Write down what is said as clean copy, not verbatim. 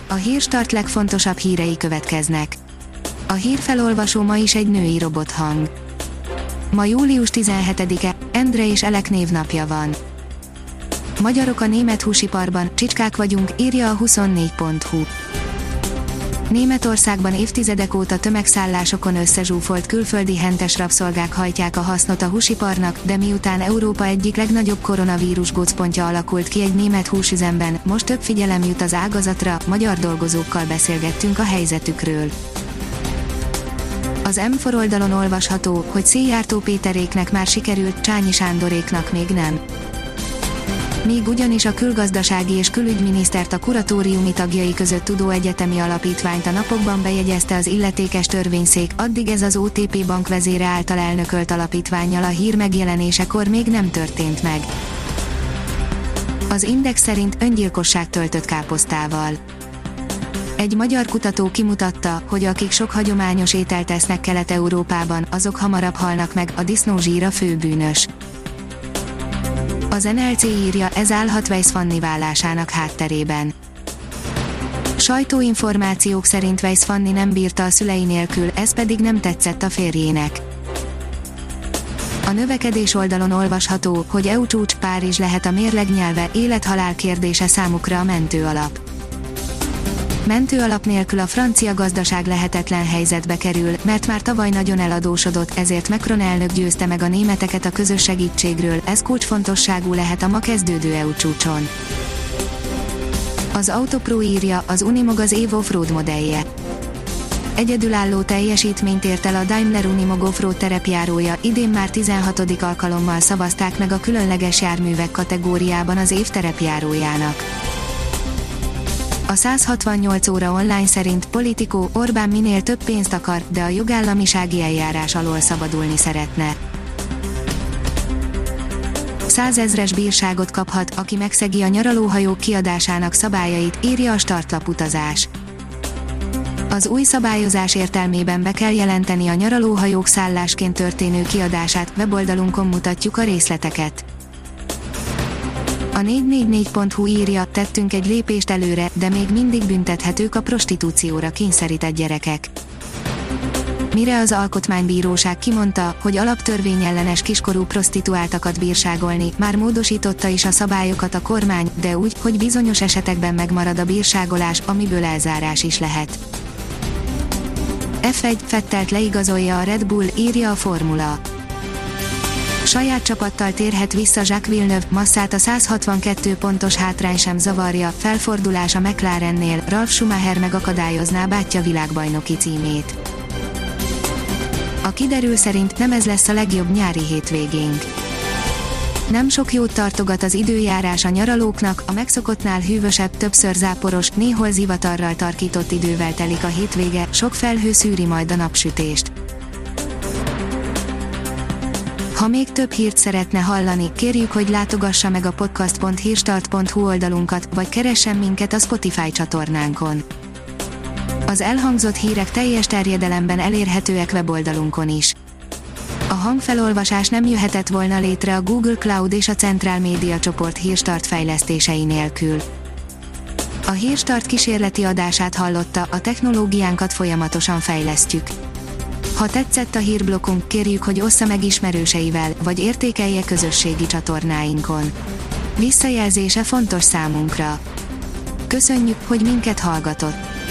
A Hírstart legfontosabb hírei következnek. A hírfelolvasó ma is egy női robothang. Ma július 17-e, Endre és Elek névnapja van. Magyarok a német húsiparban, csicskák vagyunk, írja a 24.hu. Németországban évtizedek óta tömegszállásokon összezsúfolt külföldi hentes rabszolgák hajtják a hasznot a húsiparnak, de miután Európa egyik legnagyobb koronavírus gócpontja alakult ki egy német húsüzemben, most több figyelem jut az ágazatra, magyar dolgozókkal beszélgettünk a helyzetükről. Az M4 oldalon olvasható, hogy Széjjártó Péteréknek már sikerült, Csányi Sándoréknak még nem. Míg ugyanis a külgazdasági és külügyminisztert a kuratóriumi tagjai között tudó egyetemi alapítványt a napokban bejegyezte az illetékes törvényszék, addig ez az OTP bank vezére által elnökölt alapítvánnyal a hír megjelenésekor még nem történt meg. Az Index szerint öngyilkosság töltött káposztával. Egy magyar kutató kimutatta, hogy akik sok hagyományos ételt esznek Kelet-Európában, azok hamarabb halnak meg, a disznózsír a főbűnös. Az NLC írja, ez állhat Weisz Fanni válásának hátterében. Sajtóinformációk szerint Weisz Fanni nem bírta a szülei nélkül, ez pedig nem tetszett a férjének. A növekedés oldalon olvasható, hogy EU csúcs, Párizs lehet a mérleg nyelve, élet-halál kérdése számukra a mentőalap. Mentőalap nélkül a francia gazdaság lehetetlen helyzetbe kerül, mert már tavaly nagyon eladósodott, ezért Macron elnök győzte meg a németeket a közös segítségről, ez kulcsfontosságú lehet a ma kezdődő EU csúcson. Az Autopro írja, az Unimog az év offroad modellje. Egyedülálló teljesítményt ért el a Daimler Unimog offroad terepjárója, idén már 16. alkalommal szavazták meg a különleges járművek kategóriában az év terepjárójának. A 168 óra online szerint Politico, Orbán minél több pénzt akar, de a jogállamisági eljárás alól szabadulni szeretne. 100 000-es bírságot kaphat, aki megszegi a nyaralóhajók kiadásának szabályait, írja a Startlap Utazás. Az új szabályozás értelmében be kell jelenteni a nyaralóhajók szállásként történő kiadását, weboldalunkon mutatjuk a részleteket. A 444.hu írja, tettünk egy lépést előre, de még mindig büntethetők a prostitúcióra kényszerített gyerekek. Mire az Alkotmánybíróság kimondta, hogy alaptörvényellenes kiskorú prostituáltakat bírságolni, már módosította is a szabályokat a kormány, de úgy, hogy bizonyos esetekben megmarad a bírságolás, amiből elzárás is lehet. F1 Vettelt leigazolja a Red Bull, írja a Formula. Saját csapattal térhet vissza Jacques Villeneuve, Massát a 162 pontos hátrány sem zavarja, felfordulás a McLarennél, Ralf Schumacher megakadályozná bátyja világbajnoki címét. A kiderül szerint nem ez lesz a legjobb nyári hétvégénk. Nem sok jót tartogat az időjárás a nyaralóknak, a megszokottnál hűvösebb, többször záporos, néhol zivatarral tarkított idővel telik a hétvége, sok felhő szűri majd a napsütést. Ha még több hírt szeretne hallani, kérjük, hogy látogassa meg a podcast.hírstart.hu oldalunkat, vagy keressen minket a Spotify csatornánkon. Az elhangzott hírek teljes terjedelemben elérhetőek weboldalunkon is. A hangfelolvasás nem jöhetett volna létre a Google Cloud és a Central Media csoport Hírstart fejlesztései nélkül. A Hírstart kísérleti adását hallotta, a technológiánkat folyamatosan fejlesztjük. Ha tetszett a hírblokkunk, kérjük, hogy ossza meg ismerőseivel, vagy értékelje közösségi csatornáinkon. Visszajelzése fontos számunkra. Köszönjük, hogy minket hallgatott!